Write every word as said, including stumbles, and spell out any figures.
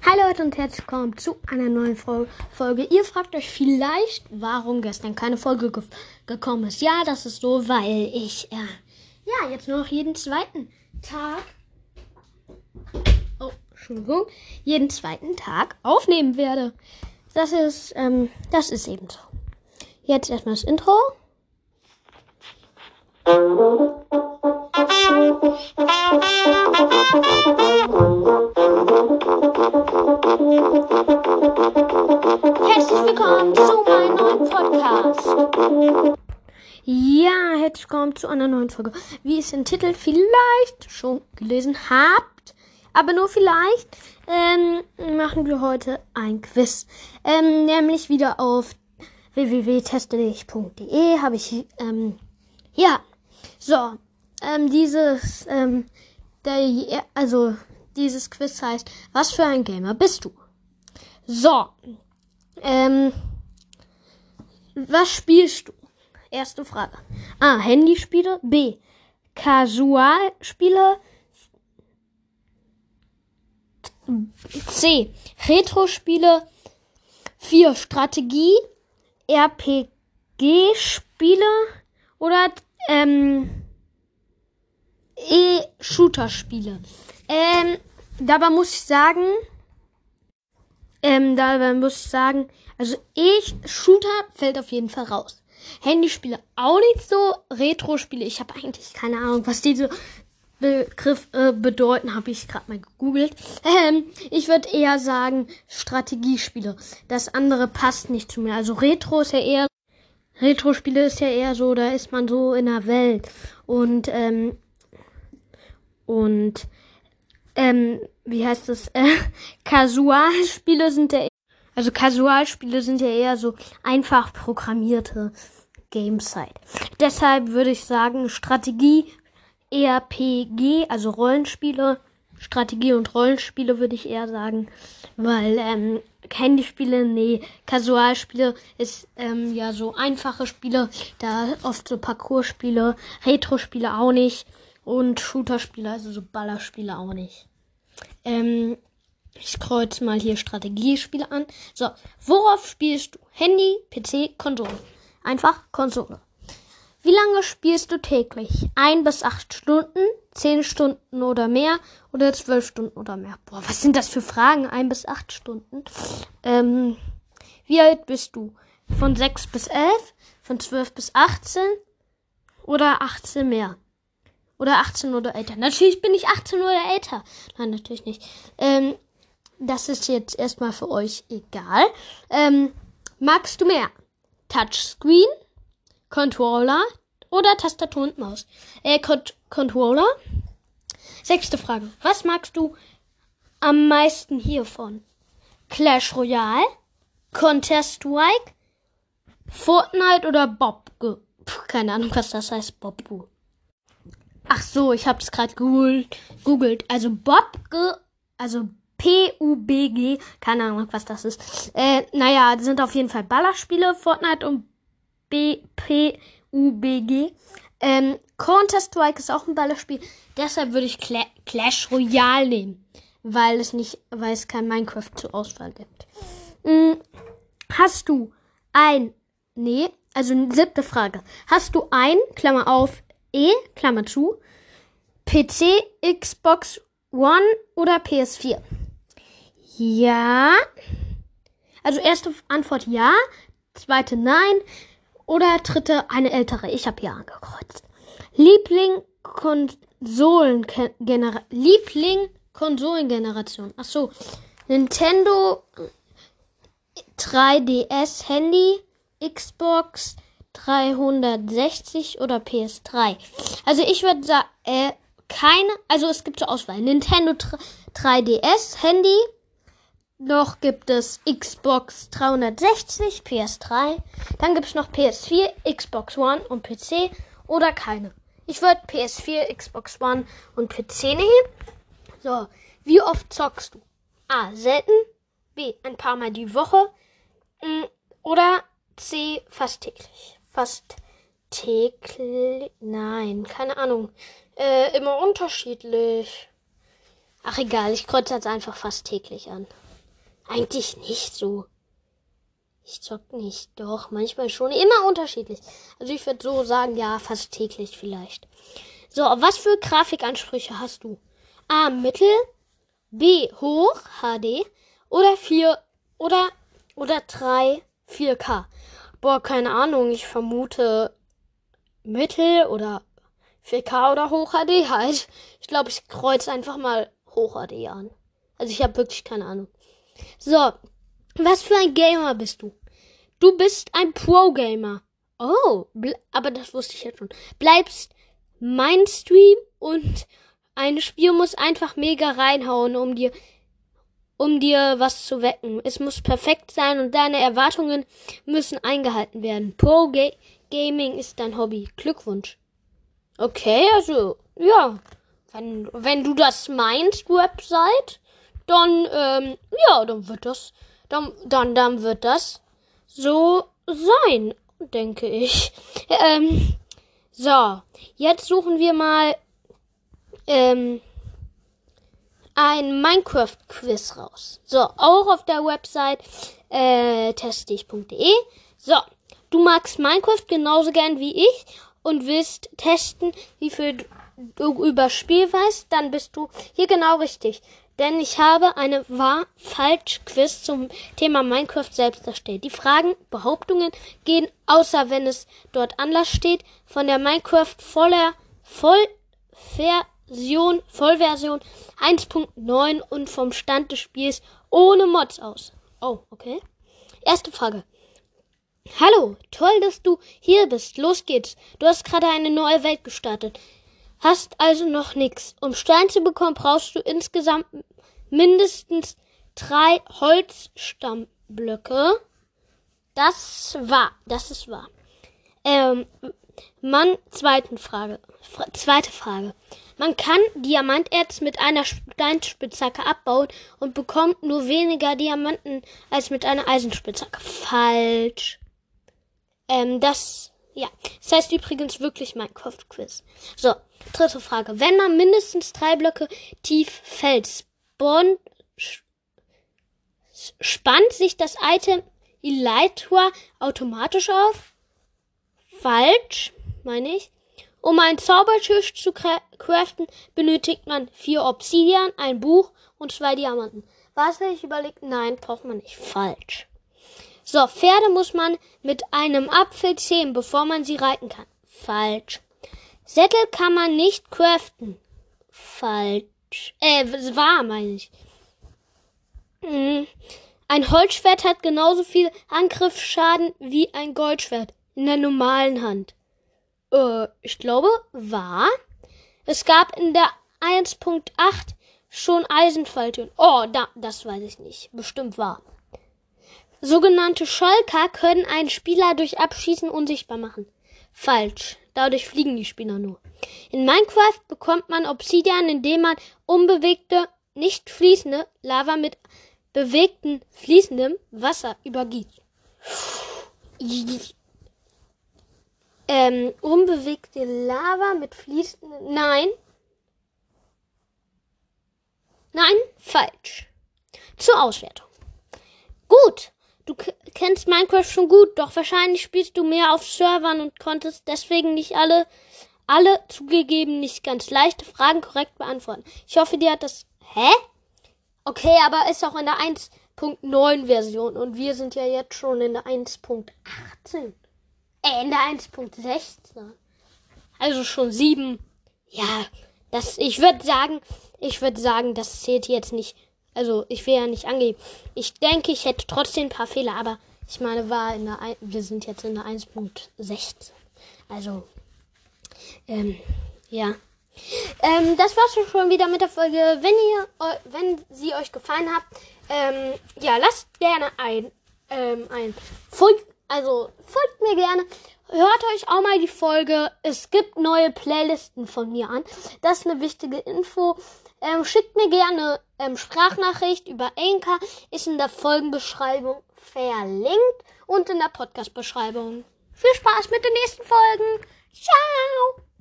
Hallo Leute und herzlich willkommen zu einer neuen Folge. Ihr fragt euch vielleicht, warum gestern keine Folge ge- gekommen ist. Ja, das ist so, weil ich äh, ja jetzt nur noch jeden zweiten Tag, oh, Entschuldigung, jeden zweiten Tag aufnehmen werde. Das ist, ähm, das ist eben so. Jetzt erstmal das Intro. Herzlich willkommen zu meinem neuen Podcast. Ja, herzlich willkommen zu einer neuen Folge. Wie ihr es im Titel vielleicht schon gelesen habt, aber nur vielleicht, ähm, machen wir heute ein Quiz. Ähm, nämlich wieder auf w w w punkt teste dich punkt d e habe ich, ähm, ja, so, ähm, dieses, ähm, der, also, dieses Quiz heißt, was für ein Gamer bist du? So, ähm, was spielst du? Erste Frage. A. Handyspiele. B. Casual-Spiele. C. Retro-Spiele. vier. Strategie. R P G-Spiele. Oder ähm, E-Shooter-Spiele. Ähm, dabei muss ich sagen, ähm, dabei muss ich sagen, also ich, Shooter fällt auf jeden Fall raus. Handyspiele auch nicht so. Retro-Spiele, ich habe eigentlich keine Ahnung, was diese Begriff äh, bedeuten, habe ich gerade mal gegoogelt. Ähm, ich würde eher sagen Strategiespiele. Das andere passt nicht zu mir. Also Retro ist ja eher, Retro-Spiele ist ja eher so, da ist man so in der Welt. Und, ähm, und, ähm, wie heißt das? Äh, Casual-Spiele sind ja Also Casualspiele sind ja eher so einfach programmierte Games halt. Deshalb würde ich sagen Strategie, R P G, also Rollenspiele. Strategie und Rollenspiele würde ich eher sagen, weil ähm, Handyspiele, nee, Casualspiele ist ähm, ja so einfache Spiele, da oft so Parcours-Spiele, Retro-Spiele auch nicht und Shooter-Spiele, also so Ballerspiele auch nicht. Ähm, Ich kreuze mal hier Strategiespiele an. So, worauf spielst du? Handy, P C, Konsole. Einfach Konsole. Wie lange spielst du täglich? Ein bis acht Stunden, zehn Stunden oder mehr oder zwölf Stunden oder mehr? Boah, was sind das für Fragen? Ein bis acht Stunden. Ähm, wie alt bist du? Von sechs bis elf? Von zwölf bis achtzehn? Oder achtzehn mehr? Oder achtzehn oder älter? Natürlich bin ich achtzehn oder älter. Nein, natürlich nicht. Ähm, Das ist jetzt erstmal für euch egal. Ähm, magst du mehr Touchscreen, Controller oder Tastatur und Maus? Äh, Con- Controller. Sechste Frage. Was magst du am meisten hiervon? Clash Royale, Counter-Strike, Fortnite oder Bobge? Puh, keine Ahnung, was das heißt. Bobge. Ach so, ich habe es gerade googelt, googelt. Also Bobge, also P U B G, keine Ahnung, was das ist. Äh, naja, sind auf jeden Fall Ballerspiele, Fortnite und B P U B G. Ähm, Counter-Strike ist auch ein Ballerspiel, deshalb würde ich Cla- Clash Royale nehmen, weil es nicht, weil es kein Minecraft zur Auswahl gibt. Hm, hast du ein, nee, also siebte Frage. Hast du ein, Klammer auf, E, Klammer zu, P C, Xbox One oder P S vier? Ja. Also erste Antwort ja, zweite nein oder dritte eine ältere. Ich habe ja angekreuzt. Liebling Konsolengeneration. Liebling Konsolengeneration. Ach so. Nintendo drei D S Handy, Xbox dreihundertsechzig oder P S drei. Also ich würde sagen, äh, keine, also es gibt zur Auswahl Nintendo drei D S Handy, noch gibt es Xbox dreihundertsechzig, P S drei, dann gibt es noch P S vier, Xbox One und P C oder keine. Ich würde P S vier, Xbox One und P C nehmen. So, wie oft zockst du? A, selten, B, ein paar Mal die Woche oder C, fast täglich. Fast täglich, nein, keine Ahnung. Äh, immer unterschiedlich. Ach egal, ich kreuze jetzt einfach fast täglich an. Eigentlich nicht so. Ich zock nicht. Doch, manchmal schon. Immer unterschiedlich. Also ich würde so sagen, ja, fast täglich vielleicht. So, was für Grafikansprüche hast du? A, mittel, B, hoch, H D oder vier oder oder drei, vier K. Boah, keine Ahnung, ich vermute mittel oder vier K oder hoch H D halt. Ich glaube, ich kreuze einfach mal hoch H D an. Also ich habe wirklich keine Ahnung. So, was für ein Gamer bist du? Du bist ein Pro-Gamer. Oh, bl- aber das wusste ich jetzt schon. Bleibst mein Stream und ein Spiel muss einfach mega reinhauen, um dir, um dir was zu wecken. Es muss perfekt sein und deine Erwartungen müssen eingehalten werden. Pro-Gaming ist dein Hobby. Glückwunsch. Okay, also, ja. Wenn, wenn du das meinst, Website, dann, ähm, ja, dann wird das, dann, dann, dann wird das so sein, denke ich. Ähm, so, jetzt suchen wir mal ähm, ein Minecraft-Quiz raus. So, auch auf der Website äh, testdich punkt de. So, du magst Minecraft genauso gern wie ich und willst testen, wie viel du über das Spiel weißt, dann bist du hier genau richtig. Denn ich habe eine Wahr-Falsch-Quiz zum Thema Minecraft selbst erstellt. Die Fragen, Behauptungen gehen, außer wenn es dort anders steht, von der Minecraft voller Vollversion, Vollversion eins Punkt neun und vom Stand des Spiels ohne Mods aus. Oh, okay. Erste Frage. Hallo, toll, dass du hier bist. Los geht's. Du hast gerade eine neue Welt gestartet. Hast also noch nichts. Um Stein zu bekommen, brauchst du insgesamt mindestens drei Holzstammblöcke. Das war, das ist wahr. Ähm, man, zweiten Frage, Fra- zweite Frage. Man kann Diamanterz mit einer Steinspitzhacke abbauen und bekommt nur weniger Diamanten als mit einer Eisenspitzhacke. Falsch. Ähm, das, ja. Das heißt übrigens wirklich Minecraft-Quiz. So, dritte Frage. Wenn man mindestens drei Blöcke tief fällt, spawn, spannt sich das Item Elytra automatisch auf? Falsch, meine ich. Um einen Zaubertisch zu craften, benötigt man vier Obsidian, ein Buch und zwei Diamanten. Was ich überlegt? Nein, braucht man nicht. Falsch. So, Pferde muss man mit einem Apfel zähmen, bevor man sie reiten kann. Falsch. Sättel kann man nicht craften. Falsch. Äh, wahr, meine ich. Mhm. Ein Holzschwert hat genauso viel Angriffsschaden wie ein Goldschwert in der normalen Hand. Äh, ich glaube, wahr. Es gab in der eins Punkt acht schon Eisenfalltüren. Oh, da, das weiß ich nicht. Bestimmt wahr. Sogenannte Shulker können einen Spieler durch Abschießen unsichtbar machen. Falsch. Dadurch fliegen die Spieler nur. In Minecraft bekommt man Obsidian, indem man unbewegte, nicht fließende Lava mit bewegten, fließendem Wasser übergießt. Ähm, unbewegte Lava mit fließendem... Nein. Nein, falsch. Zur Auswertung. Gut. Du k- kennst Minecraft schon gut, doch wahrscheinlich spielst du mehr auf Servern und konntest deswegen nicht alle, alle zugegeben nicht ganz leichte Fragen korrekt beantworten. Ich hoffe, dir hat das... Hä? Okay, aber ist auch in der eins Punkt neun Version und wir sind ja jetzt schon in der eins Punkt achtzehn. Äh, in der eins Punkt sechzehn. Also schon sieben. Ja, das, ich würde sagen, ich würde sagen, das zählt jetzt nicht. Also, ich will ja nicht angeben. Ich denke, ich hätte trotzdem ein paar Fehler, aber ich meine, war in der, ein, wir sind jetzt in der eins Punkt sechzehn. Also, ähm, ja. Ähm, das war's schon wieder mit der Folge. Wenn ihr, wenn sie euch gefallen hat, ähm, ja, lasst gerne ein, ähm, ein, folgt, also, folgt mir gerne. Hört euch auch mal die Folge. Es gibt neue Playlisten von mir an. Das ist eine wichtige Info. Ähm, schickt mir gerne ähm, Sprachnachricht über Anchor. Ist in der Folgenbeschreibung verlinkt und in der Podcast-Beschreibung. Viel Spaß mit den nächsten Folgen. Ciao!